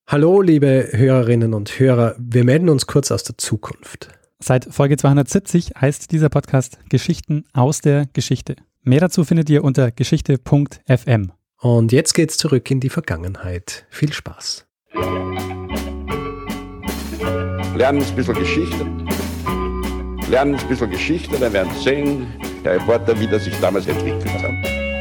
Hallo, liebe Hörerinnen und Hörer, wir melden uns kurz aus der Zukunft. Seit Folge 270 heißt dieser Podcast Geschichten aus der Geschichte. Mehr dazu findet ihr unter geschichte.fm. Und jetzt geht's zurück in die Vergangenheit. Viel Spaß. Lernen ein bisschen Geschichte. Lernen ein bisschen Geschichte, dann werden Sie sehen, Herr Reporter, wie das sich damals entwickelt hat.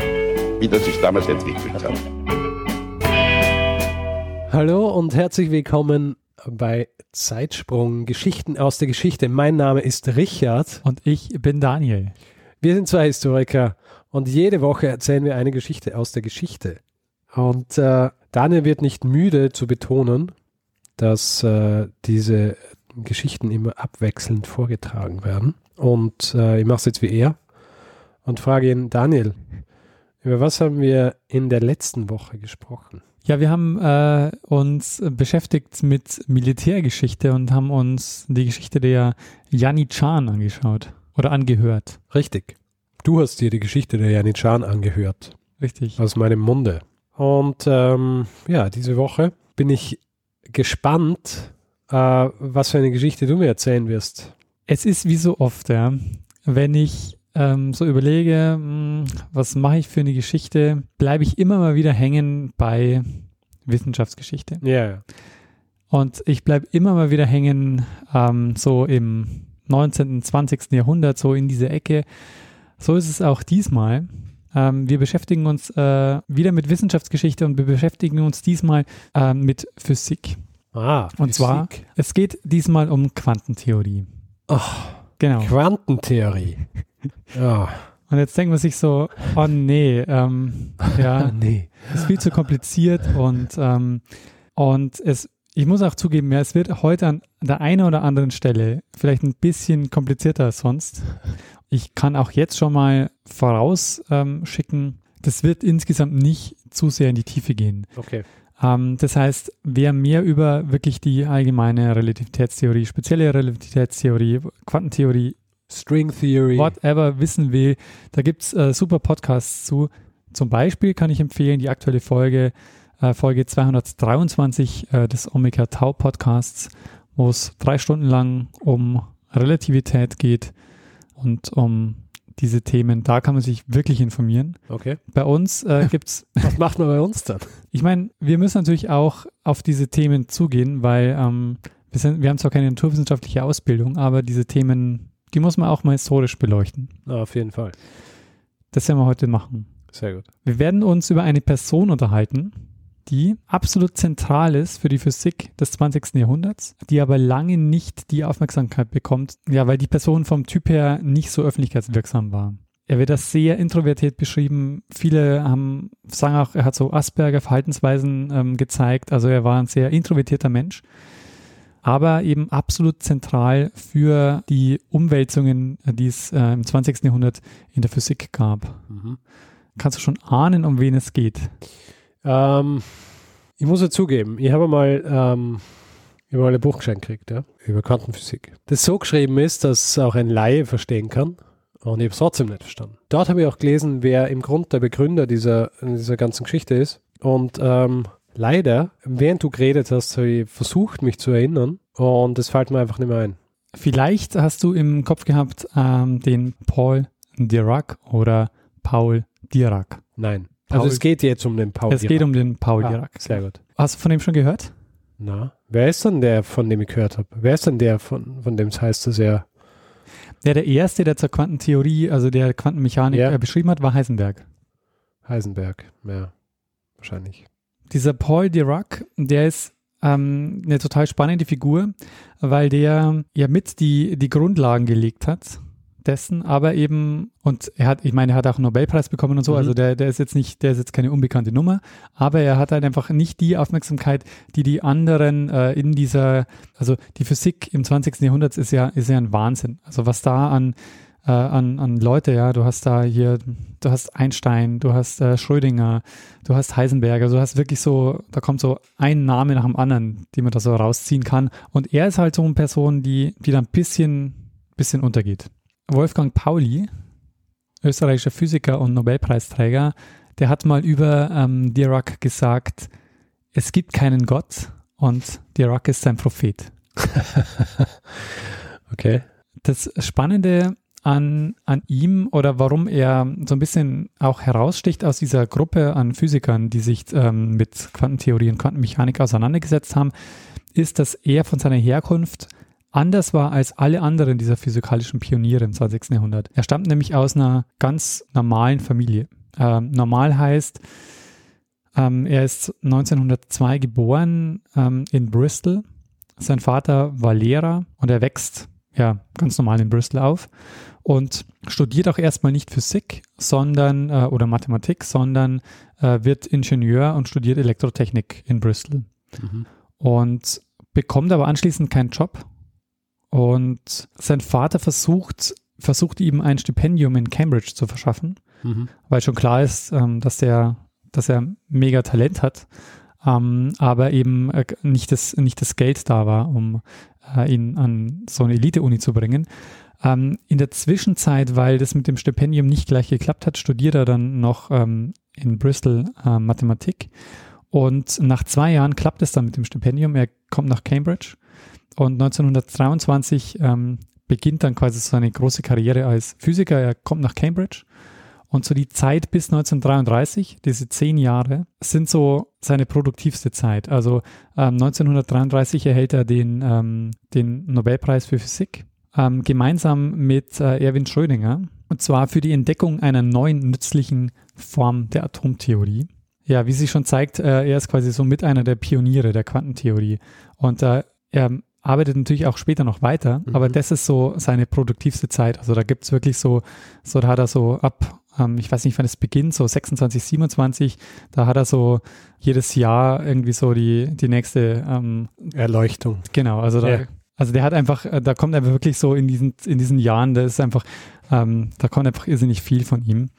Hallo und herzlich willkommen bei Zeitsprung, Geschichten aus der Geschichte. Mein Name ist Richard. Und ich bin Daniel. Wir sind zwei Historiker und jede Woche erzählen wir eine Geschichte aus der Geschichte. Und Daniel wird nicht müde zu betonen, dass diese Geschichten immer abwechselnd vorgetragen werden. Und ich mache es jetzt wie er und frage ihn, Daniel, über was haben wir in der letzten Woche gesprochen? Ja, wir haben uns beschäftigt mit Militärgeschichte und haben uns die Geschichte der Janitscharen angeschaut oder angehört. Richtig. Du hast dir die Geschichte der Janitscharen angehört. Richtig. Aus meinem Munde. Und diese Woche bin ich gespannt, was für eine Geschichte du mir erzählen wirst. Es ist wie so oft, ja, wenn ich so überlege, was mache ich für eine Geschichte, bleibe ich immer mal wieder hängen bei Wissenschaftsgeschichte. Ja. Und ich bleibe immer mal wieder hängen, so im 19., 20. Jahrhundert, so in dieser Ecke. So ist es auch diesmal. Wir beschäftigen uns wieder mit Wissenschaftsgeschichte und wir beschäftigen uns diesmal mit Physik. Und zwar, es geht diesmal um Quantentheorie. Ach, genau. Quantentheorie. Ja. Und jetzt denkt man sich so, oh nee, nee. ist viel zu kompliziert und ich muss auch zugeben, ja, es wird heute an der einen oder anderen Stelle vielleicht ein bisschen komplizierter als sonst. Ich kann auch jetzt schon mal vorausschicken, das wird insgesamt nicht zu sehr in die Tiefe gehen. Okay. Das heißt, wer mehr über wirklich die allgemeine Relativitätstheorie, spezielle Relativitätstheorie, Quantentheorie, String Theory, whatever wissen will, da gibt es super Podcasts zu. Zum Beispiel kann ich empfehlen die aktuelle Folge 223 des Omega Tau Podcasts, wo es 3 Stunden lang um Relativität geht und um diese Themen. Da kann man sich wirklich informieren. Okay. Bei uns gibt es... Was macht man bei uns dann? Ich meine, wir müssen natürlich auch auf diese Themen zugehen, weil wir haben zwar keine naturwissenschaftliche Ausbildung, aber diese Themen, die muss man auch mal historisch beleuchten. Auf jeden Fall. Das werden wir heute machen. Sehr gut. Wir werden uns über eine Person unterhalten, die absolut zentral ist für die Physik des 20. Jahrhunderts, die aber lange nicht die Aufmerksamkeit bekommt, ja, weil die Person vom Typ her nicht so öffentlichkeitswirksam war. Er wird als sehr introvertiert beschrieben. Viele sagen auch, er hat so Asperger-Verhaltensweisen gezeigt. Also er war ein sehr introvertierter Mensch, aber eben absolut zentral für die Umwälzungen, die es im 20. Jahrhundert in der Physik gab. Mhm. Kannst du schon ahnen, um wen es geht? Ich muss ja zugeben, ich habe mal ein Buch geschenkt gekriegt, ja, über Quantenphysik, das so geschrieben ist, dass auch ein Laie verstehen kann. Und ich habe es trotzdem nicht verstanden. Dort habe ich auch gelesen, wer im Grunde der Begründer dieser ganzen Geschichte ist. Und leider, während du geredet hast, habe ich versucht, mich zu erinnern. Und es fällt mir einfach nicht mehr ein. Vielleicht hast du im Kopf gehabt den Paul Dirac oder Paul Dirac. Nein. Also es geht jetzt um den Paul Dirac. Es geht um den Paul Dirac. Sehr gut. Hast du von dem schon gehört? Na, wer ist denn der, von dem ich gehört habe? Wer ist denn der, von dem es heißt, dass er... Der erste, der zur Quantentheorie, also der Quantenmechanik beschrieben hat, war Heisenberg. Heisenberg, ja, wahrscheinlich. Dieser Paul Dirac, der ist eine total spannende Figur, weil der ja mit die Grundlagen gelegt hat dessen, aber eben, und er hat auch einen Nobelpreis bekommen und so, also der ist jetzt keine unbekannte Nummer, aber er hat halt einfach nicht die Aufmerksamkeit, die anderen in dieser, also die Physik im 20. Jahrhundert ist ja ein Wahnsinn. Also was da an Leute, ja, du hast Einstein, du hast Schrödinger, du hast Heisenberg, also du hast wirklich so, da kommt so ein Name nach dem anderen, die man da so rausziehen kann, und er ist halt so eine Person, die da ein bisschen untergeht. Wolfgang Pauli, österreichischer Physiker und Nobelpreisträger, der hat mal über Dirac gesagt, es gibt keinen Gott, und Dirac ist sein Prophet. Okay. Das Spannende an ihm oder warum er so ein bisschen auch heraussticht aus dieser Gruppe an Physikern, die sich mit Quantentheorie und Quantenmechanik auseinandergesetzt haben, ist, dass er von seiner Herkunft anders war als alle anderen dieser physikalischen Pioniere im 20. Jahrhundert. Er stammt nämlich aus einer ganz normalen Familie. Normal heißt, er ist 1902 geboren in Bristol. Sein Vater war Lehrer und er wächst ganz normal in Bristol auf und studiert auch erstmal nicht Physik, sondern oder Mathematik, sondern wird Ingenieur und studiert Elektrotechnik in Bristol. Und bekommt aber anschließend keinen Job. Und sein Vater versucht ihm ein Stipendium in Cambridge zu verschaffen, weil schon klar ist, dass er mega Talent hat, aber eben nicht das Geld da war, um ihn an so eine Elite-Uni zu bringen. In der Zwischenzeit, weil das mit dem Stipendium nicht gleich geklappt hat, studiert er dann noch in Bristol Mathematik. Und nach 2 Jahren klappt es dann mit dem Stipendium. Er kommt nach Cambridge und 1923 beginnt dann quasi so eine große Karriere als Physiker. Er kommt nach Cambridge und so die Zeit bis 1933, diese 10 Jahre, sind so seine produktivste Zeit. Also 1933 erhält er den Nobelpreis für Physik gemeinsam mit Erwin Schrödinger, und zwar für die Entdeckung einer neuen nützlichen Form der Atomtheorie. Ja, wie sich schon zeigt, er ist quasi so mit einer der Pioniere der Quantentheorie. Und er arbeitet natürlich auch später noch weiter, aber das ist so seine produktivste Zeit. Also da gibt es wirklich so da hat er so ab, ich weiß nicht, wann es beginnt, so 26, 27, da hat er so jedes Jahr irgendwie so die nächste Erleuchtung. Genau, also der hat einfach, da kommt einfach wirklich so in diesen Jahren, da ist einfach, da kommt einfach irrsinnig viel von ihm.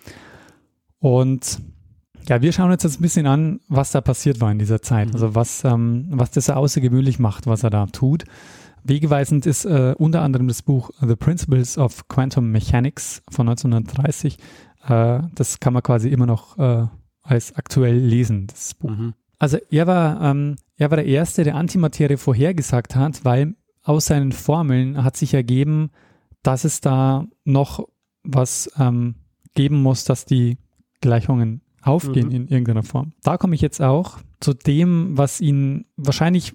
Und ja, wir schauen uns jetzt ein bisschen an, was da passiert war in dieser Zeit. Also was das so außergewöhnlich macht, was er da tut. Wegweisend ist unter anderem das Buch The Principles of Quantum Mechanics von 1930. Das kann man quasi immer noch als aktuell lesen, das Buch. Also er war der Erste, der Antimaterie vorhergesagt hat, weil aus seinen Formeln hat sich ergeben, dass es da noch was geben muss, dass die Gleichungen aufgehen in irgendeiner Form. Da komme ich jetzt auch zu dem, was man wahrscheinlich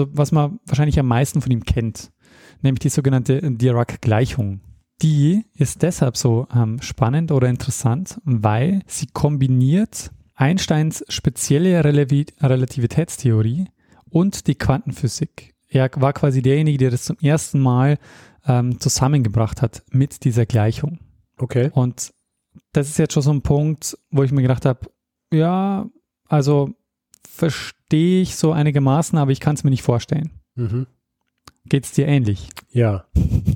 am meisten von ihm kennt, nämlich die sogenannte Dirac-Gleichung. Die ist deshalb so spannend oder interessant, weil sie kombiniert Einsteins spezielle Relativitätstheorie und die Quantenphysik. Er war quasi derjenige, der das zum ersten Mal zusammengebracht hat mit dieser Gleichung. Okay. Und das ist jetzt schon so ein Punkt, wo ich mir gedacht habe, ja, also verstehe ich so einigermaßen, aber ich kann es mir nicht vorstellen. Geht es dir ähnlich? Ja.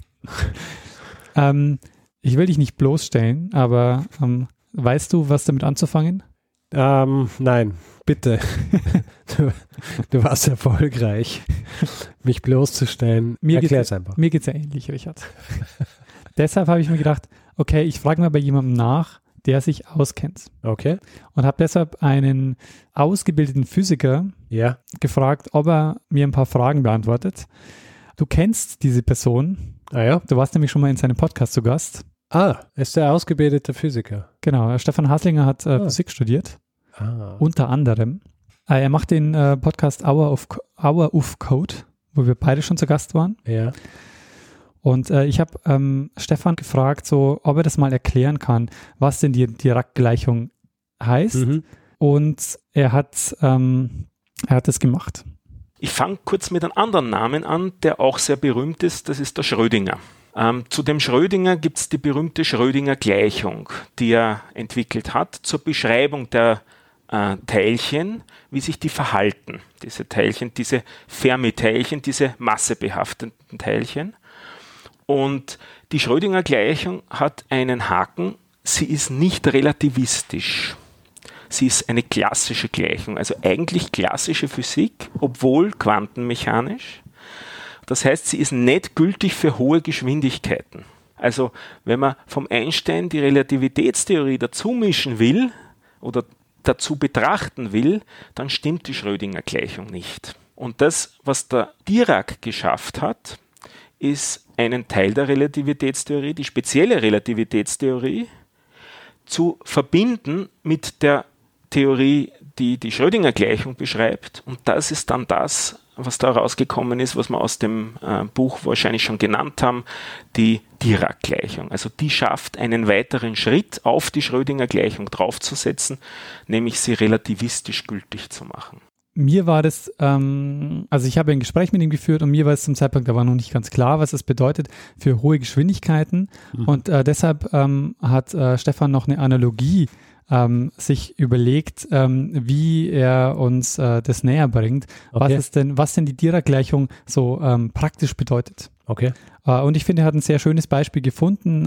Ich will dich nicht bloßstellen, aber weißt du, was damit anzufangen? Nein, bitte. Du warst erfolgreich, mich bloßzustellen. Erklär es einfach. Mir geht es ja ähnlich, Richard. Deshalb habe ich mir gedacht, okay, ich frage mal bei jemandem nach, der sich auskennt. Okay. Und habe deshalb einen ausgebildeten Physiker gefragt, ob er mir ein paar Fragen beantwortet. Du kennst diese Person. Ah ja? Du warst nämlich schon mal in seinem Podcast zu Gast. Ah, ist der ausgebildete Physiker. Genau, Stefan Haslinger hat Physik studiert. Unter anderem. Er macht den Podcast Hour of Code, wo wir beide schon zu Gast waren. Ja. Und ich habe Stefan gefragt, so, ob er das mal erklären kann, was denn die Dirac-Gleichung heißt. Und er hat es gemacht. Ich fange kurz mit einem anderen Namen an, der auch sehr berühmt ist. Das ist der Schrödinger. Zu dem Schrödinger gibt es die berühmte Schrödinger-Gleichung, die er entwickelt hat zur Beschreibung der Teilchen, wie sich die verhalten. Diese Teilchen, diese Fermi-Teilchen, diese massebehafteten Teilchen. Und die Schrödinger-Gleichung hat einen Haken, sie ist nicht relativistisch. Sie ist eine klassische Gleichung, also eigentlich klassische Physik, obwohl quantenmechanisch. Das heißt, sie ist nicht gültig für hohe Geschwindigkeiten. Also wenn man vom Einstein die Relativitätstheorie dazu mischen will oder dazu betrachten will, dann stimmt die Schrödinger-Gleichung nicht. Und das, was der Dirac geschafft hat, ist einen Teil der Relativitätstheorie, die spezielle Relativitätstheorie, zu verbinden mit der Theorie, die die Schrödinger-Gleichung beschreibt. Und das ist dann das, was da rausgekommen ist, was wir aus dem Buch wahrscheinlich schon genannt haben, die Dirac-Gleichung. Also die schafft einen weiteren Schritt auf die Schrödinger-Gleichung draufzusetzen, nämlich sie relativistisch gültig zu machen. Mir war das, also ich habe ein Gespräch mit ihm geführt und mir war es zum Zeitpunkt, da war noch nicht ganz klar, was es bedeutet für hohe Geschwindigkeiten. Und deshalb hat Stefan noch eine Analogie sich überlegt, wie er uns das näher bringt, Okay. was denn die Dirac-Gleichung so praktisch bedeutet. Okay. Und ich finde, er hat ein sehr schönes Beispiel gefunden,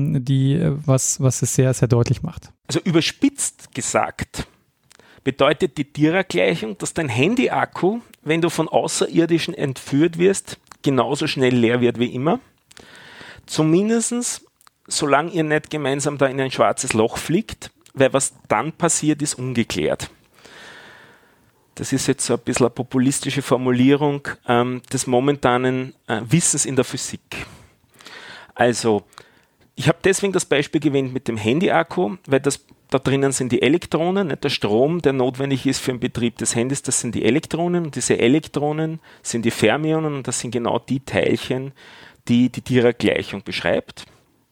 was es sehr, sehr deutlich macht. Also überspitzt gesagt, bedeutet die Dirac-Gleichung, dass dein Handy-Akku, wenn du von Außerirdischen entführt wirst, genauso schnell leer wird wie immer. Zumindest, solange ihr nicht gemeinsam da in ein schwarzes Loch fliegt, weil was dann passiert, ist ungeklärt. Das ist jetzt so ein bisschen eine populistische Formulierung des momentanen Wissens in der Physik. Also, ich habe deswegen das Beispiel gewählt mit dem Handy-Akku, weil da drinnen sind die Elektronen, nicht der Strom, der notwendig ist für den Betrieb des Handys, das sind die Elektronen und diese Elektronen sind die Fermionen und das sind genau die Teilchen, die die Dirac-Gleichung beschreibt.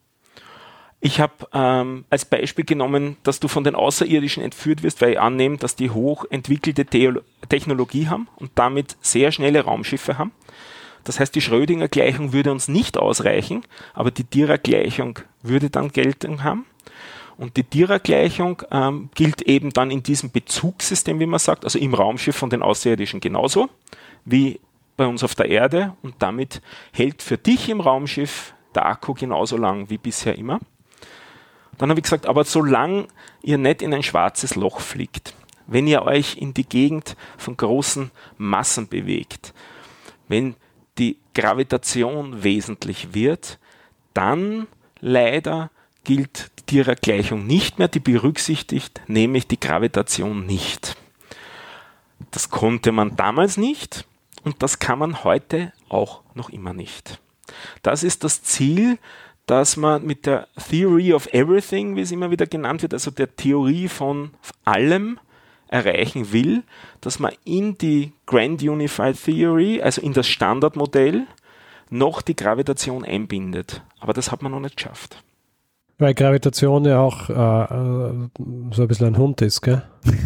Ich habe als Beispiel genommen, dass du von den Außerirdischen entführt wirst, weil ich annehme, dass die hochentwickelte Technologie haben und damit sehr schnelle Raumschiffe haben. Das heißt, die Schrödinger-Gleichung würde uns nicht ausreichen, aber die Dirac-Gleichung würde dann Geltung haben. Und die Dirac-Gleichung gilt eben dann in diesem Bezugssystem, wie man sagt, also im Raumschiff von den Außerirdischen genauso wie bei uns auf der Erde. Und damit hält für dich im Raumschiff der Akku genauso lang wie bisher immer. Dann habe ich gesagt, aber solange ihr nicht in ein schwarzes Loch fliegt, wenn ihr euch in die Gegend von großen Massen bewegt, wenn die Gravitation wesentlich wird, dann leider gilt die Dirac-Gleichung nicht mehr, die berücksichtigt nämlich die Gravitation nicht. Das konnte man damals nicht und das kann man heute auch noch immer nicht. Das ist das Ziel, dass man mit der Theory of Everything, wie es immer wieder genannt wird, also der Theorie von allem, erreichen will, dass man in die Grand Unified Theory, also in das Standardmodell, noch die Gravitation einbindet. Aber das hat man noch nicht geschafft. Weil Gravitation ja auch so ein bisschen ein Hund ist, gell?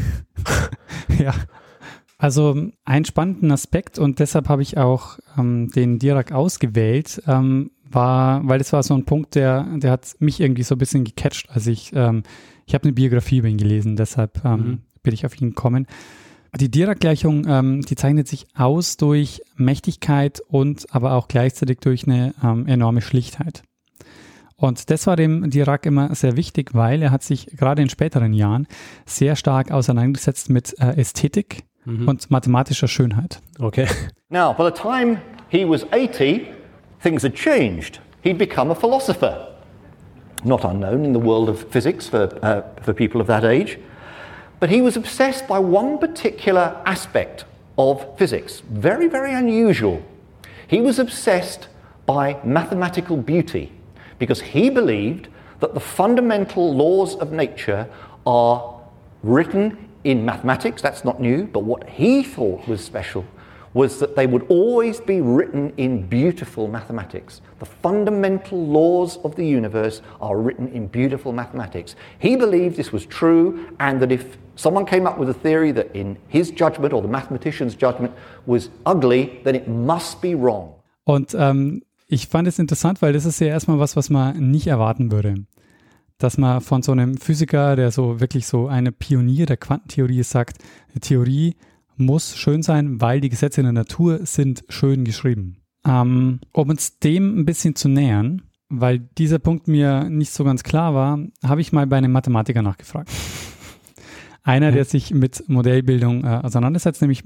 Ja, also einen spannenden Aspekt und deshalb habe ich auch den Dirac ausgewählt, weil das war so ein Punkt, der hat mich irgendwie so ein bisschen gecatcht. Also ich habe eine Biografie über ihn gelesen, deshalb bin ich auf ihn gekommen. Die Dirac-Gleichung, die zeichnet sich aus durch Mächtigkeit und aber auch gleichzeitig durch eine enorme Schlichtheit. Und das war dem Dirac immer sehr wichtig, weil er hat sich gerade in späteren Jahren sehr stark auseinandergesetzt mit Ästhetik und mathematischer Schönheit. Okay. Now, by the time he was 80, things had changed. He'd become a philosopher. Not unknown in the world of physics for people of that age. But he was obsessed by one particular aspect of physics. Very, very unusual. He was obsessed by mathematical beauty because he believed that the fundamental laws of nature are written in mathematics. That's not new, but what he thought was special was that they would always be written in beautiful mathematics. The fundamental laws of the universe are written in beautiful mathematics. He believed this was true and that if someone came up with a theory that in his judgment or the mathematician's judgment was ugly, then it must be wrong. Und ich fand es interessant, weil das ist ja erstmal was man nicht erwarten würde. Dass man von so einem Physiker, der so wirklich so eine Pionier der Quantentheorie ist, sagt, eine Theorie muss schön sein, weil die Gesetze in der Natur sind schön geschrieben. Um uns dem ein bisschen zu nähern, weil dieser Punkt mir nicht so ganz klar war, habe ich mal bei einem Mathematiker nachgefragt. Einer, der sich mit Modellbildung auseinandersetzt, nämlich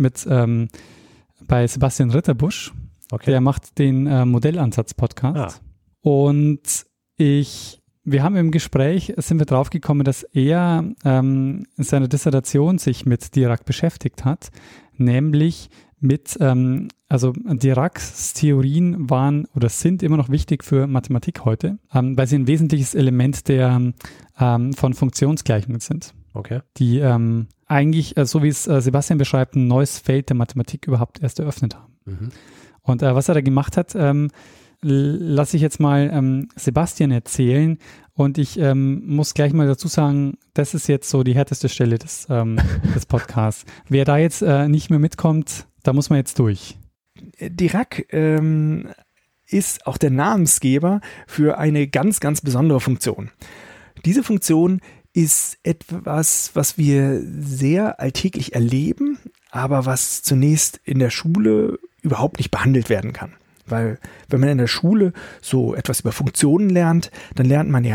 bei Sebastian Ritterbusch. Okay. Der macht den Modellansatz-Podcast. Und wir haben im Gespräch, sind wir draufgekommen, dass er in seiner Dissertation sich mit Dirac beschäftigt hat, nämlich also Diracs Theorien waren oder sind immer noch wichtig für Mathematik heute, weil sie ein wesentliches Element von Funktionsgleichungen sind. Okay. Die eigentlich, so wie es Sebastian beschreibt, ein neues Feld der Mathematik überhaupt erst eröffnet haben. Mhm. Und was er da gemacht hat, lasse ich jetzt mal Sebastian erzählen. Und ich muss gleich mal dazu sagen, das ist jetzt so die härteste Stelle des Podcasts. Wer da jetzt nicht mehr mitkommt, da muss man jetzt durch. Dirac ist auch der Namensgeber für eine ganz, ganz besondere Funktion. Diese Funktion ist etwas, was wir sehr alltäglich erleben, aber was zunächst in der Schule überhaupt nicht behandelt werden kann. Weil wenn man in der Schule so etwas über Funktionen lernt, dann lernt man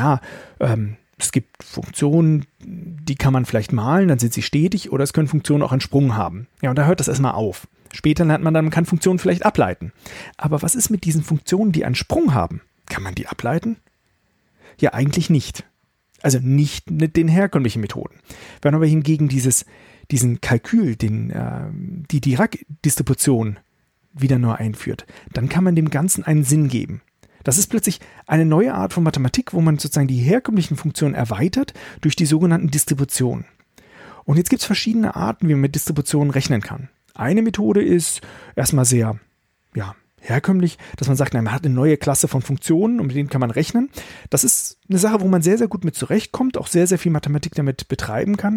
es gibt Funktionen, die kann man vielleicht malen, dann sind sie stetig, oder es können Funktionen auch einen Sprung haben. Ja, und da hört das erstmal auf. Später lernt man dann, man kann Funktionen vielleicht ableiten. Aber was ist mit diesen Funktionen, die einen Sprung haben? Kann man die ableiten? Ja, eigentlich nicht. Also nicht mit den herkömmlichen Methoden. Wenn man aber hingegen diesen Kalkül, die Dirac-Distribution wieder neu einführt, dann kann man dem Ganzen einen Sinn geben. Das ist plötzlich eine neue Art von Mathematik, wo man sozusagen die herkömmlichen Funktionen erweitert durch die sogenannten Distributionen. Und jetzt gibt es verschiedene Arten, wie man mit Distributionen rechnen kann. Eine Methode ist erstmal sehr herkömmlich, dass man sagt, man hat eine neue Klasse von Funktionen und mit denen kann man rechnen. Das ist eine Sache, wo man sehr, sehr gut mit zurechtkommt, auch sehr, sehr viel Mathematik damit betreiben kann.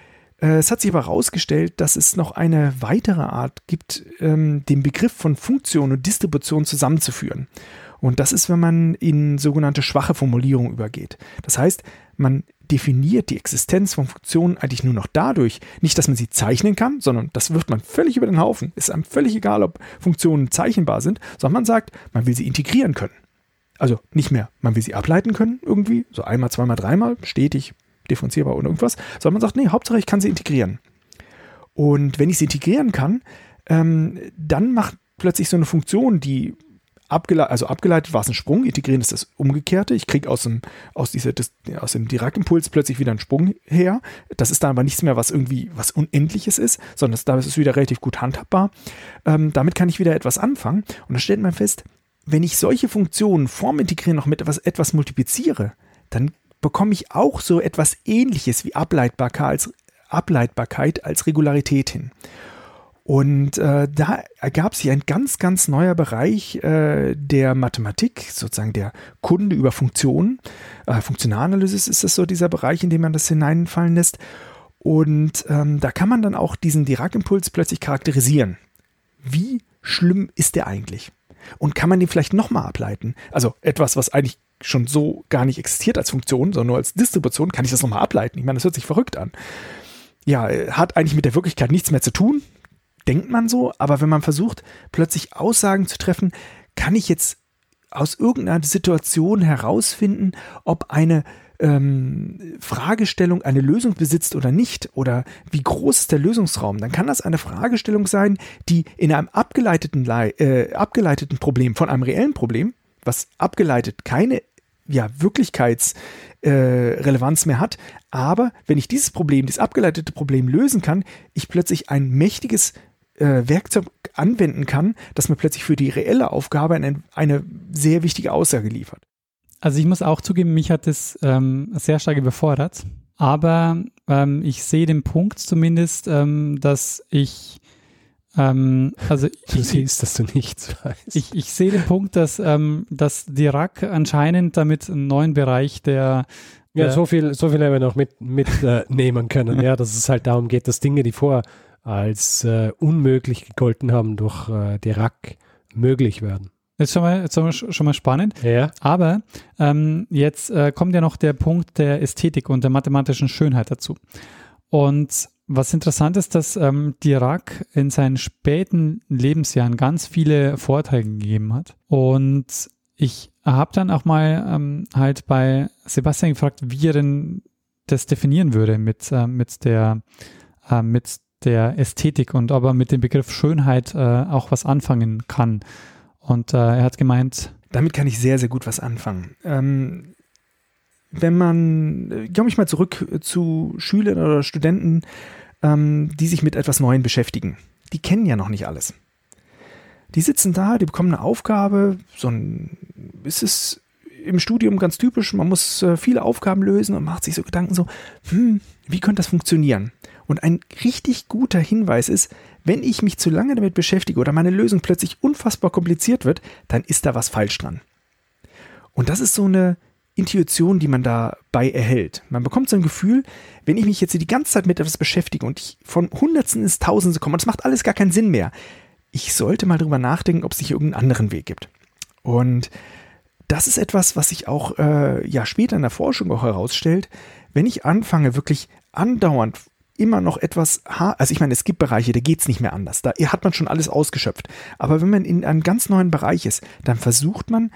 Es hat sich aber herausgestellt, dass es noch eine weitere Art gibt, den Begriff von Funktion und Distribution zusammenzuführen. Und das ist, wenn man in sogenannte schwache Formulierungen übergeht. Das heißt, man definiert die Existenz von Funktionen eigentlich nur noch dadurch, nicht, dass man sie zeichnen kann, sondern das wirft man völlig über den Haufen. Es ist einem völlig egal, ob Funktionen zeichnbar sind, sondern man sagt, man will sie integrieren können. Also nicht mehr, man will sie ableiten können irgendwie, so einmal, zweimal, dreimal, stetig, differenzierbar oder irgendwas, sondern man sagt, nee, Hauptsache ich kann sie integrieren. Und wenn ich sie integrieren kann, dann macht plötzlich so eine Funktion, die abgeleitet war es ein Sprung, integrieren ist das Umgekehrte. Ich kriege aus dem Dirac-Impuls plötzlich wieder einen Sprung her. Das ist dann aber nichts mehr, was Unendliches ist, sondern da ist es wieder relativ gut handhabbar. Damit kann ich wieder etwas anfangen. Und da stellt man fest, wenn ich solche Funktionen vorm Integrieren noch mit etwas multipliziere, dann bekomme ich auch so etwas Ähnliches wie Ableitbarkeit als Regularität hin. Und da ergab sich ein ganz, ganz neuer Bereich der Mathematik, sozusagen der Kunde über Funktionen. Funktionalanalysis ist das so dieser Bereich, in den man das hineinfallen lässt. Und da kann man dann auch diesen Dirac-Impuls plötzlich charakterisieren. Wie schlimm ist der eigentlich? Und kann man den vielleicht nochmal ableiten? Also etwas, was eigentlich schon so gar nicht existiert als Funktion, sondern nur als Distribution, kann ich das nochmal ableiten? Ich meine, das hört sich verrückt an. Ja, hat eigentlich mit der Wirklichkeit nichts mehr zu tun, denkt man so, aber wenn man versucht, plötzlich Aussagen zu treffen, kann ich jetzt aus irgendeiner Situation herausfinden, ob eine Fragestellung eine Lösung besitzt oder nicht, oder wie groß ist der Lösungsraum, dann kann das eine Fragestellung sein, die in einem abgeleiteten Problem von einem reellen Problem, was abgeleitet keine Wirklichkeitsrelevanz mehr hat, aber wenn ich dieses abgeleitete Problem lösen kann, ich plötzlich ein mächtiges Werkzeug anwenden kann, das mir plötzlich für die reelle Aufgabe eine sehr wichtige Aussage liefert. Also ich muss auch zugeben, mich hat das sehr stark überfordert, aber ich sehe den Punkt zumindest, dass ich du siehst, dass du nichts weißt. Ich sehe den Punkt, dass Dirac anscheinend damit einen neuen Bereich so viel haben wir noch mitnehmen können, ja, dass es halt darum geht, dass Dinge, die vorher als unmöglich gegolten haben, durch Dirac möglich werden. Das ist schon mal spannend. Ja. Aber jetzt kommt ja noch der Punkt der Ästhetik und der mathematischen Schönheit dazu. Und was interessant ist, dass Dirac in seinen späten Lebensjahren ganz viele Vorträge gegeben hat. Und ich habe dann auch mal halt bei Sebastian gefragt, wie er denn das definieren würde mit der Ästhetik und ob er mit dem Begriff Schönheit auch was anfangen kann. Und er hat gemeint, damit kann ich sehr, sehr gut was anfangen. Wenn man, komme ich mal zurück zu Schülern oder Studenten, die sich mit etwas Neuem beschäftigen. die kennen ja noch nicht alles. Die sitzen da, die bekommen eine Aufgabe, ist es im Studium ganz typisch, man muss viele Aufgaben lösen und macht sich so Gedanken so, wie könnte das funktionieren? Und ein richtig guter Hinweis ist, wenn ich mich zu lange damit beschäftige oder meine Lösung plötzlich unfassbar kompliziert wird, dann ist da was falsch dran. Und das ist so eine Intuition, die man dabei erhält. Man bekommt so ein Gefühl, wenn ich mich jetzt die ganze Zeit mit etwas beschäftige und ich von Hundertsten ins Tausendste komme und es macht alles gar keinen Sinn mehr, ich sollte mal drüber nachdenken, ob es nicht irgendeinen anderen Weg gibt. Und das ist etwas, was sich auch später in der Forschung auch herausstellt, wenn ich anfange, wirklich andauernd immer noch etwas, also ich meine, es gibt Bereiche, da geht es nicht mehr anders, da hat man schon alles ausgeschöpft. Aber wenn man in einem ganz neuen Bereich ist, dann versucht man,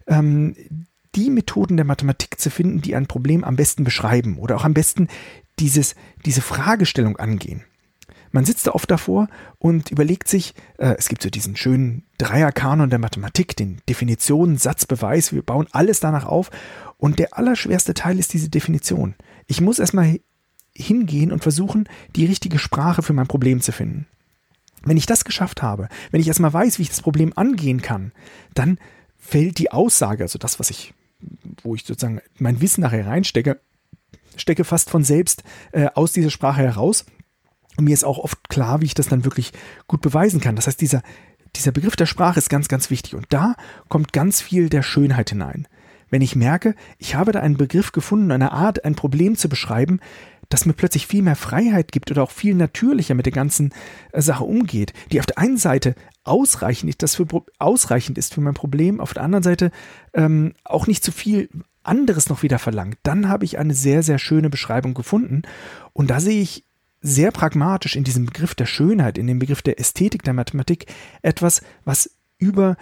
die Methoden der Mathematik zu finden, die ein Problem am besten beschreiben oder auch am besten diese Fragestellung angehen. Man sitzt da oft davor und überlegt sich, es gibt so diesen schönen Dreierkanon der Mathematik, den Definition, Satz, Beweis, wir bauen alles danach auf und der allerschwerste Teil ist diese Definition. Ich muss erstmal hingehen und versuchen, die richtige Sprache für mein Problem zu finden. Wenn ich das geschafft habe, wenn ich erstmal weiß, wie ich das Problem angehen kann, dann fällt die Aussage, also das, wo ich sozusagen mein Wissen nachher reinstecke, stecke fast von selbst aus dieser Sprache heraus. Und mir ist auch oft klar, wie ich das dann wirklich gut beweisen kann. Das heißt, dieser Begriff der Sprache ist ganz, ganz wichtig. Und da kommt ganz viel der Schönheit hinein. Wenn ich merke, ich habe da einen Begriff gefunden, eine Art, ein Problem zu beschreiben, das mir plötzlich viel mehr Freiheit gibt oder auch viel natürlicher mit der ganzen Sache umgeht, die auf der einen Seite ausreichend ist für mein Problem, auf der anderen Seite auch nicht zu viel anderes noch wieder verlangt, dann habe ich eine sehr, sehr schöne Beschreibung gefunden. Und da sehe ich sehr pragmatisch in diesem Begriff der Schönheit, in dem Begriff der Ästhetik der Mathematik etwas, was über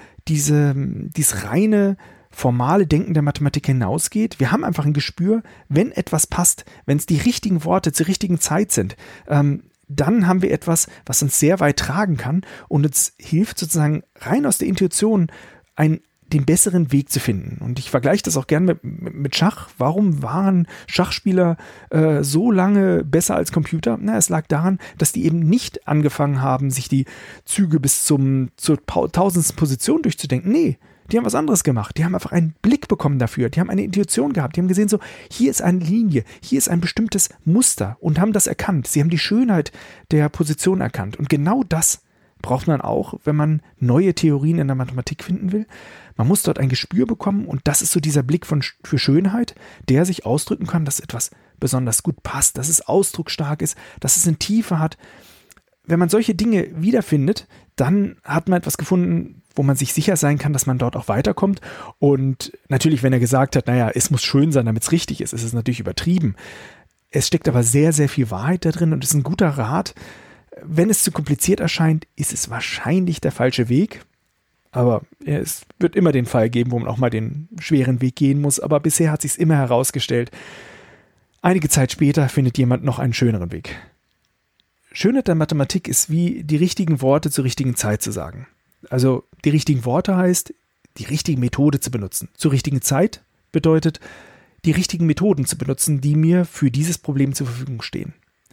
dieses reine formale Denken der Mathematik hinausgeht. Wir haben einfach ein Gespür, wenn etwas passt, wenn es die richtigen Worte zur richtigen Zeit sind, dann haben wir etwas, was uns sehr weit tragen kann und uns hilft sozusagen rein aus der Intuition den besseren Weg zu finden. Und ich vergleiche das auch gerne mit Schach. Warum waren Schachspieler so lange besser als Computer? Na, es lag daran, dass die eben nicht angefangen haben, sich die Züge bis zur 1000. Position durchzudenken. Nee, die haben was anderes gemacht. Die haben einfach einen Blick bekommen dafür. Die haben eine Intuition gehabt. Die haben gesehen, so, hier ist eine Linie, hier ist ein bestimmtes Muster und haben das erkannt. Sie haben die Schönheit der Position erkannt. Und genau das braucht man auch, wenn man neue Theorien in der Mathematik finden will. Man muss dort ein Gespür bekommen und das ist so dieser Blick für Schönheit, der sich ausdrücken kann, dass etwas besonders gut passt, dass es ausdrucksstark ist, dass es eine Tiefe hat. Wenn man solche Dinge wiederfindet, dann hat man etwas gefunden, wo man sich sicher sein kann, dass man dort auch weiterkommt. Und natürlich, wenn er gesagt hat, naja, es muss schön sein, damit es richtig ist es natürlich übertrieben. Es steckt aber sehr, sehr viel Wahrheit da drin und ist ein guter Rat. Wenn es zu kompliziert erscheint, ist es wahrscheinlich der falsche Weg. Aber es wird immer den Fall geben, wo man auch mal den schweren Weg gehen muss. Aber bisher hat sich es immer herausgestellt, einige Zeit später findet jemand noch einen schöneren Weg. Schönheit der Mathematik ist wie die richtigen Worte zur richtigen Zeit zu sagen. Also die richtigen Worte heißt, die richtige Methode zu benutzen. Zur richtigen Zeit bedeutet, die richtigen Methoden zu benutzen, die mir für dieses Problem zur Verfügung stehen.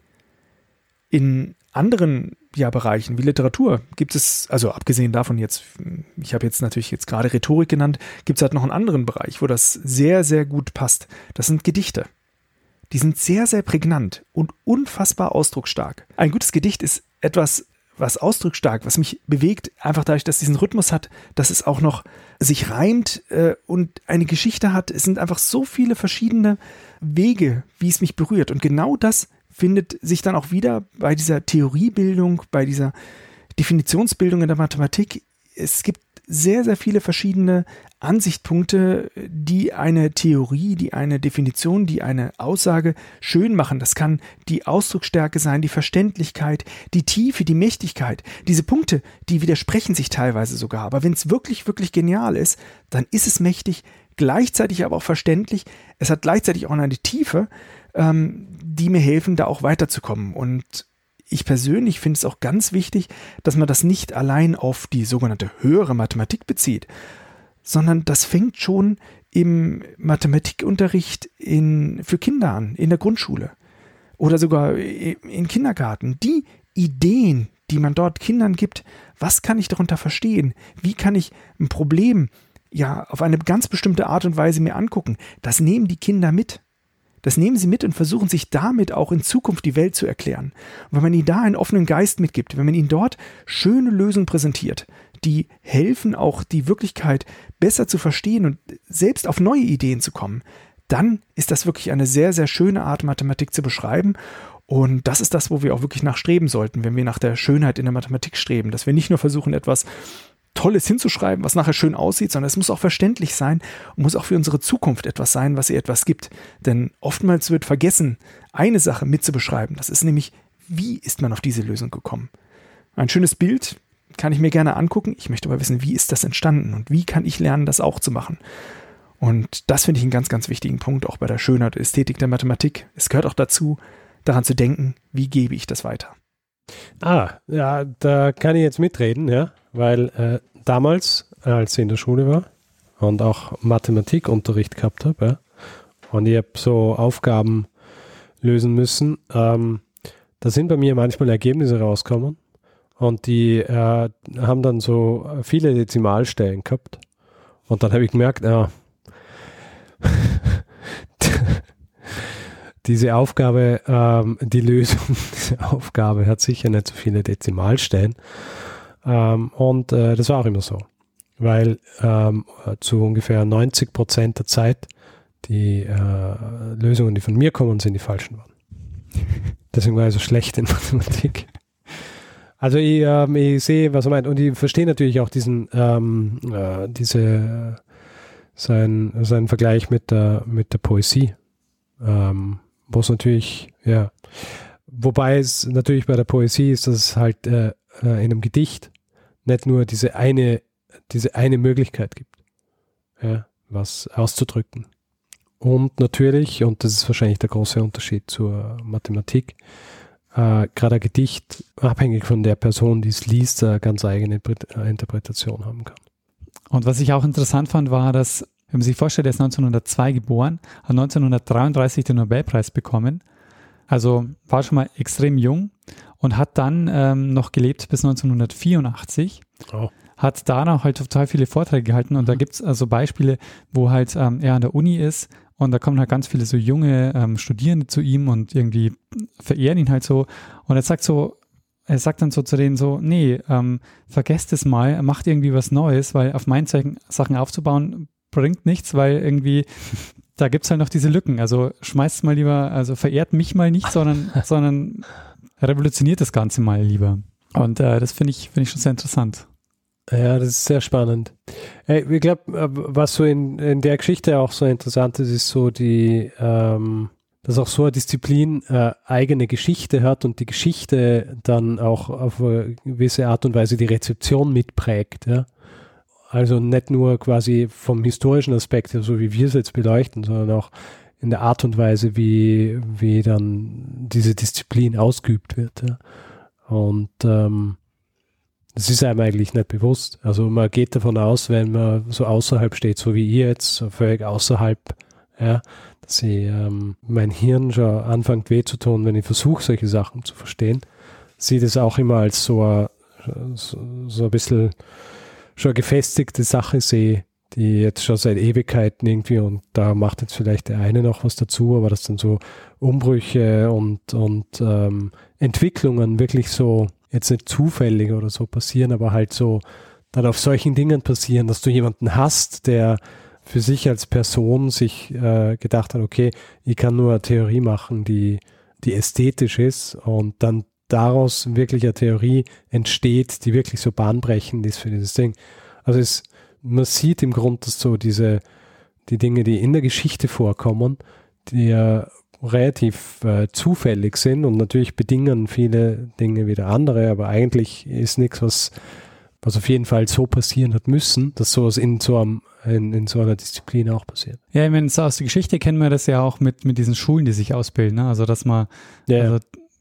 In anderen Bereichen wie Literatur gibt es, also abgesehen davon jetzt, ich habe jetzt natürlich gerade Rhetorik genannt, gibt es halt noch einen anderen Bereich, wo das sehr, sehr gut passt. Das sind Gedichte. Die sind sehr, sehr prägnant und unfassbar ausdrucksstark. Ein gutes Gedicht ist etwas, was ausdrucksstark, was mich bewegt, einfach dadurch, dass es diesen Rhythmus hat, dass es auch noch sich reimt und eine Geschichte hat. Es sind einfach so viele verschiedene Wege, wie es mich berührt. Und genau das findet sich dann auch wieder bei dieser Theoriebildung, bei dieser Definitionsbildung in der Mathematik. Es gibt sehr, sehr viele verschiedene Ansichtspunkte, die eine Theorie, die eine Definition, die eine Aussage schön machen. Das kann die Ausdrucksstärke sein, die Verständlichkeit, die Tiefe, die Mächtigkeit. Diese Punkte, die widersprechen sich teilweise sogar. Aber wenn es wirklich, wirklich genial ist, dann ist es mächtig, gleichzeitig aber auch verständlich. Es hat gleichzeitig auch eine Tiefe, die mir helfen, da auch weiterzukommen. Und ich persönlich finde es auch ganz wichtig, dass man das nicht allein auf die sogenannte höhere Mathematik bezieht, sondern das fängt schon im Mathematikunterricht für Kinder an, in der Grundschule oder sogar im Kindergarten. Die Ideen, die man dort Kindern gibt. Was kann ich darunter verstehen? Wie kann ich ein Problem ja auf eine ganz bestimmte Art und Weise mir angucken? Das nehmen die Kinder mit. Das nehmen sie mit und versuchen sich damit auch in Zukunft die Welt zu erklären. Und wenn man ihnen da einen offenen Geist mitgibt, wenn man ihnen dort schöne Lösungen präsentiert, die helfen auch die Wirklichkeit besser zu verstehen und selbst auf neue Ideen zu kommen, dann ist das wirklich eine sehr, sehr schöne Art, Mathematik zu beschreiben. Und das ist das, wo wir auch wirklich nachstreben sollten, wenn wir nach der Schönheit in der Mathematik streben, dass wir nicht nur versuchen, etwas Tolles hinzuschreiben, was nachher schön aussieht, sondern es muss auch verständlich sein und muss auch für unsere Zukunft etwas sein, was ihr etwas gibt. Denn oftmals wird vergessen, eine Sache mitzubeschreiben. Das ist nämlich, wie ist man auf diese Lösung gekommen? Ein schönes Bild kann ich mir gerne angucken. Ich möchte aber wissen, wie ist das entstanden und wie kann ich lernen, das auch zu machen? Und das finde ich einen ganz, ganz wichtigen Punkt, auch bei der Schönheit und Ästhetik der Mathematik. Es gehört auch dazu, daran zu denken, wie gebe ich das weiter? Ja, da kann ich jetzt mitreden, ja, weil damals, als ich in der Schule war und auch Mathematikunterricht gehabt habe, ja, und ich habe so Aufgaben lösen müssen, da sind bei mir manchmal Ergebnisse rausgekommen und die haben dann so viele Dezimalstellen gehabt und dann habe ich gemerkt, diese Aufgabe, die Lösung dieser Aufgabe hat sicher nicht so viele Dezimalstellen. Und das war auch immer so, weil zu ungefähr 90% der Zeit die Lösungen, die von mir kommen, sind die falschen waren. Deswegen war ich so schlecht in Mathematik. Also ich sehe, was er meint, und ich verstehe natürlich auch seinen Vergleich mit der Poesie. Wo es natürlich, ja, wobei es natürlich bei der Poesie ist, dass es halt in einem Gedicht nicht nur diese eine Möglichkeit gibt, ja, was auszudrücken. Und natürlich, und das ist wahrscheinlich der große Unterschied zur Mathematik, gerade ein Gedicht, abhängig von der Person, die es liest, eine ganz eigene Interpretation haben kann. Und was ich auch interessant fand, war, dass, wenn man sich vorstellt, er ist 1902 geboren, hat 1933 den Nobelpreis bekommen, also war schon mal extrem jung und hat dann noch gelebt bis 1984, hat danach halt total viele Vorträge gehalten und da gibt es also Beispiele, wo halt er an der Uni ist und da kommen halt ganz viele so junge Studierende zu ihm und irgendwie verehren ihn halt so und er sagt dann so zu denen so, nee, vergesst es mal, macht irgendwie was Neues, weil auf meinen Sachen aufzubauen bringt nichts, weil irgendwie da gibt es halt noch diese Lücken. Also schmeißt mal lieber, also verehrt mich mal nicht, sondern revolutioniert das Ganze mal lieber. Und das finde ich schon sehr interessant. Ja, das ist sehr spannend. Ich glaube, was so in der Geschichte auch so interessant ist so dass auch so eine Disziplin eigene Geschichte hat und die Geschichte dann auch auf eine gewisse Art und Weise die Rezeption mitprägt. Ja? Also nicht nur quasi vom historischen Aspekt, so wie wir es jetzt beleuchten, sondern auch in der Art und Weise, wie dann diese Disziplin ausgeübt wird. Ja? Und das ist einem eigentlich nicht bewusst. Also man geht davon aus, wenn man so außerhalb steht, so wie ihr jetzt, so völlig außerhalb, ja, dass mein Hirn schon anfängt weh zu tun, wenn ich versuche, solche Sachen zu verstehen. Sieht es auch immer als so ein bisschen schon eine gefestigte Sache sehe, die jetzt schon seit Ewigkeiten irgendwie, und da macht jetzt vielleicht der eine noch was dazu, aber dass dann so Umbrüche und Entwicklungen wirklich so jetzt nicht zufällig oder so passieren, aber halt so dann auf solchen Dingen passieren, dass du jemanden hast, der für sich als Person sich gedacht hat, okay, ich kann nur eine Theorie machen, die ästhetisch ist und dann daraus wirklich eine Theorie entsteht, die wirklich so bahnbrechend ist für dieses Ding. Also man sieht im Grunde, dass so die Dinge, die in der Geschichte vorkommen, die ja relativ zufällig sind und natürlich bedingen viele Dinge wieder andere, aber eigentlich ist nichts, was auf jeden Fall so passieren hat müssen, dass sowas in so einer Disziplin auch passiert. Ja, ich meine, so aus der Geschichte kennen wir das ja auch mit diesen Schulen, die sich ausbilden, ne? Also dass man, also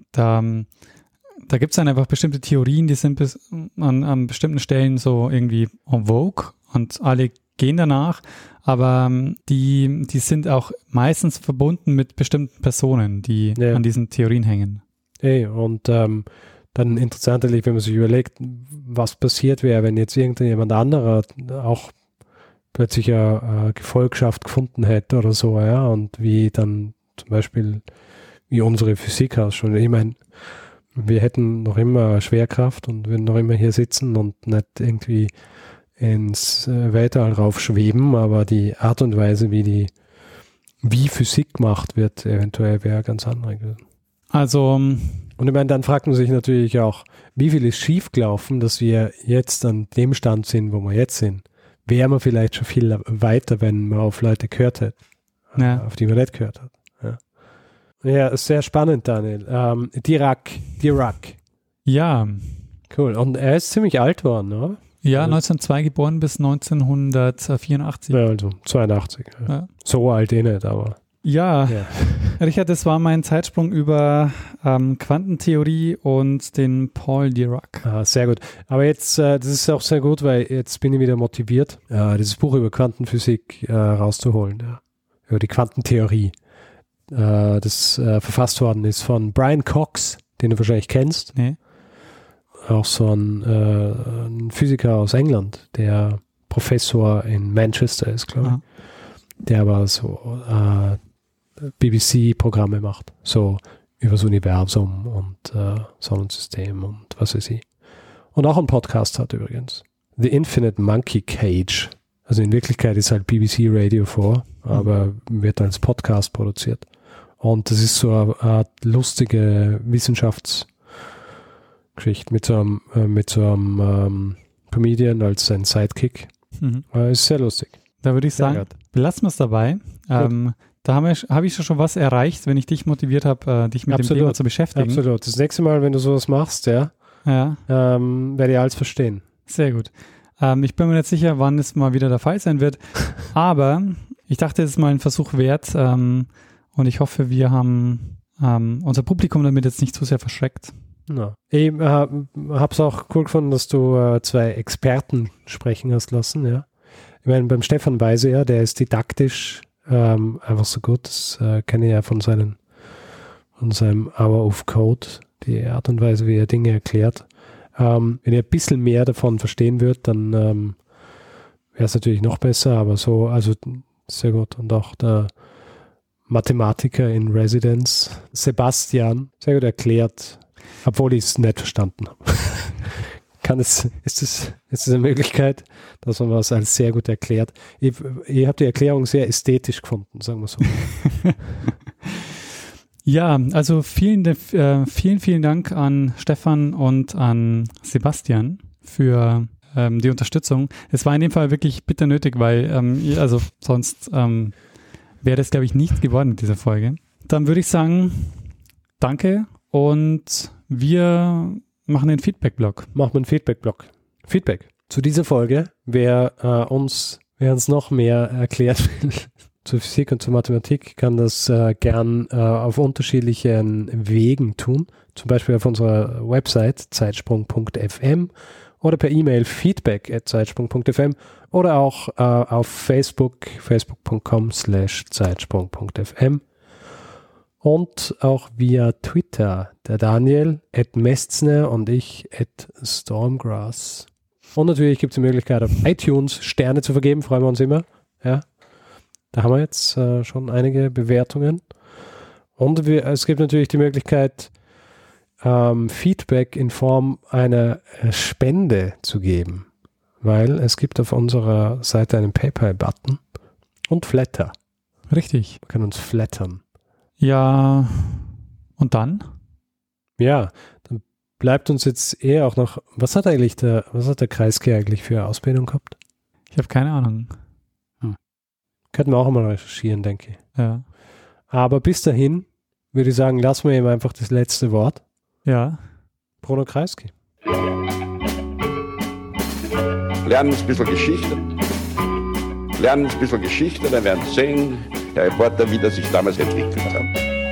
da gibt es dann einfach bestimmte Theorien, die sind an bestimmten Stellen so irgendwie en vogue und alle gehen danach, aber die sind auch meistens verbunden mit bestimmten Personen, die an diesen Theorien hängen. Und dann interessant, wenn man sich überlegt, was passiert wäre, wenn jetzt irgendjemand anderer auch plötzlich eine Gefolgschaft gefunden hätte oder so, ja, und wie dann zum Beispiel, wie unsere Physik ausschaut. Ich meine, wir hätten noch immer Schwerkraft und würden noch immer hier sitzen und nicht irgendwie ins Weltall raufschweben, aber die Art und Weise, wie Physik gemacht wird, eventuell wäre ganz andere gewesen. Also, und ich meine, dann fragt man sich natürlich auch, wie viel ist schiefgelaufen, dass wir jetzt an dem Stand sind, wo wir jetzt sind. Wären wir vielleicht schon viel weiter, wenn man auf Leute gehört hätte, auf die man nicht gehört hat. Ja, sehr spannend, Daniel. Dirac. Ja. Cool. Und er ist ziemlich alt worden, oder? Ja, 1902 geboren bis 1984. Ja, also 82. Ja. So alt nicht, aber... Ja, Richard, das war mein Zeitsprung über Quantentheorie und den Paul Dirac. Sehr gut. Aber jetzt, das ist auch sehr gut, weil jetzt bin ich wieder motiviert, dieses Buch über Quantenphysik rauszuholen. Ja. Über die Quantentheorie. Das verfasst worden ist von Brian Cox, den du wahrscheinlich kennst. Nee. Auch so ein Physiker aus England, der Professor in Manchester ist, glaube ich. Der aber so BBC-Programme macht, so über das Universum und Sonnensystem und was weiß ich. Und auch einen Podcast hat übrigens. The Infinite Monkey Cage. Also in Wirklichkeit ist halt BBC Radio 4, aber wird als Podcast produziert. Und das ist so eine Art lustige Wissenschaftsgeschichte mit so einem Comedian als sein Sidekick. Ist sehr lustig. Da würde ich sagen, belassen wir es dabei. Da habe ich schon was erreicht, wenn ich dich motiviert habe, dich mit dem Thema zu beschäftigen. Absolut. Das nächste Mal, wenn du sowas machst, werde ich alles verstehen. Sehr gut. Ich bin mir nicht sicher, wann es mal wieder der Fall sein wird, aber ich dachte, es ist mal ein Versuch wert und ich hoffe, wir haben unser Publikum damit jetzt nicht zu sehr verschreckt. No. Ich habe es auch cool gefunden, dass du 2 Experten sprechen hast lassen, ja. Ich meine, beim Stefan Weise, der ist didaktisch einfach so gut. Das kenne ich ja von seinem Hour of Code, die Art und Weise, wie er Dinge erklärt. Wenn ihr ein bisschen mehr davon verstehen würdet, dann wäre es natürlich noch besser, aber so, also sehr gut. Und auch der Mathematiker in Residence, Sebastian, sehr gut erklärt, obwohl ich es nicht verstanden habe. Ist das eine Möglichkeit, dass man was als sehr gut erklärt? Ich habe die Erklärung sehr ästhetisch gefunden, sagen wir so. Ja, also vielen Dank an Stefan und an Sebastian für die Unterstützung. Es war in dem Fall wirklich bitter nötig, weil sonst wäre das, glaube ich, nichts geworden mit dieser Folge. Dann würde ich sagen, danke und wir machen den Feedback-Blog. Feedback zu dieser Folge. Wer uns noch mehr erklärt will zur Physik und zur Mathematik, kann das gern auf unterschiedlichen Wegen tun. Zum Beispiel auf unserer Website zeitsprung.fm oder per E-Mail feedback@zeitsprung.fm oder auch auf facebook.com/zeitsprung.fm. Und auch via Twitter, der Daniel @Mestzner und ich @Stormgrass. Und natürlich gibt es die Möglichkeit, auf iTunes Sterne zu vergeben, freuen wir uns immer. Ja, da haben wir jetzt schon einige Bewertungen. Und es gibt natürlich die Möglichkeit, Feedback in Form einer Spende zu geben, weil es gibt auf unserer Seite einen PayPal-Button und Flatter. Richtig. Man kann uns flattern. Ja, und dann? Ja, dann bleibt uns jetzt auch noch, was hat der Kreisky eigentlich für Ausbildung gehabt? Ich habe keine Ahnung. Könnten wir auch mal recherchieren, denke ich. Ja. Aber bis dahin würde ich sagen, lassen wir ihm einfach das letzte Wort. Ja. Bruno Kreisky. Lernen ein bisschen Geschichte. Dann werden Sie sehen, Herr Reporter, wie das sich damals entwickelt hat.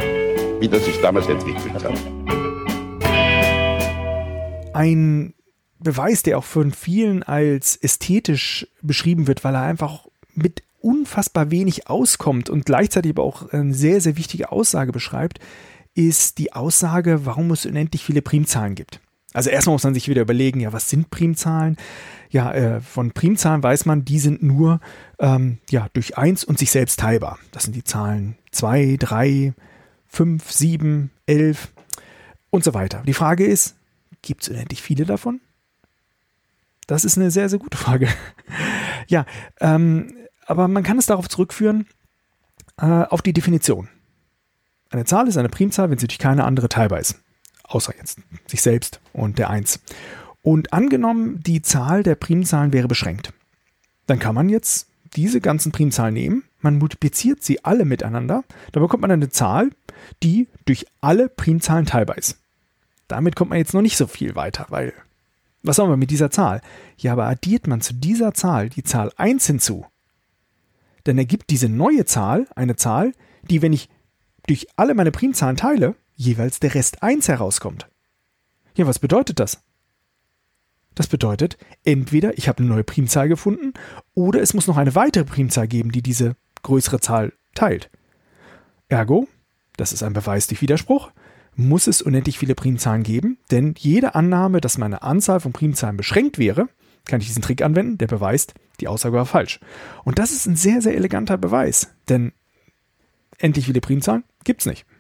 Ein Beweis, der auch von vielen als ästhetisch beschrieben wird, weil er einfach mit unfassbar wenig auskommt und gleichzeitig aber auch eine sehr, sehr wichtige Aussage beschreibt, ist die Aussage, warum es unendlich viele Primzahlen gibt. Also erstmal muss man sich wieder überlegen, ja, was sind Primzahlen? Ja, von Primzahlen weiß man, die sind nur durch 1 und sich selbst teilbar. Das sind die Zahlen 2, 3, 5, 7, 11 und so weiter. Die Frage ist, gibt es unendlich viele davon? Das ist eine sehr, sehr gute Frage. Ja, aber man kann es darauf zurückführen, auf die Definition. Eine Zahl ist eine Primzahl, wenn sie durch keine andere teilbar ist. Außer jetzt sich selbst und der 1. Und angenommen, die Zahl der Primzahlen wäre beschränkt. Dann kann man jetzt diese ganzen Primzahlen nehmen, man multipliziert sie alle miteinander, dann bekommt man eine Zahl, die durch alle Primzahlen teilbar ist. Damit kommt man jetzt noch nicht so viel weiter, weil, was soll man mit dieser Zahl? Ja, aber addiert man zu dieser Zahl die Zahl 1 hinzu, dann ergibt diese neue Zahl eine Zahl, die, wenn ich durch alle meine Primzahlen teile, jeweils der Rest 1 herauskommt. Ja, was bedeutet das? Das bedeutet, entweder ich habe eine neue Primzahl gefunden oder es muss noch eine weitere Primzahl geben, die diese größere Zahl teilt. Ergo, das ist ein Beweis durch Widerspruch, muss es unendlich viele Primzahlen geben, denn jede Annahme, dass meine Anzahl von Primzahlen beschränkt wäre, kann ich diesen Trick anwenden, der beweist, die Aussage war falsch. Und das ist ein sehr, sehr eleganter Beweis, denn endlich viele Primzahlen gibt es nicht.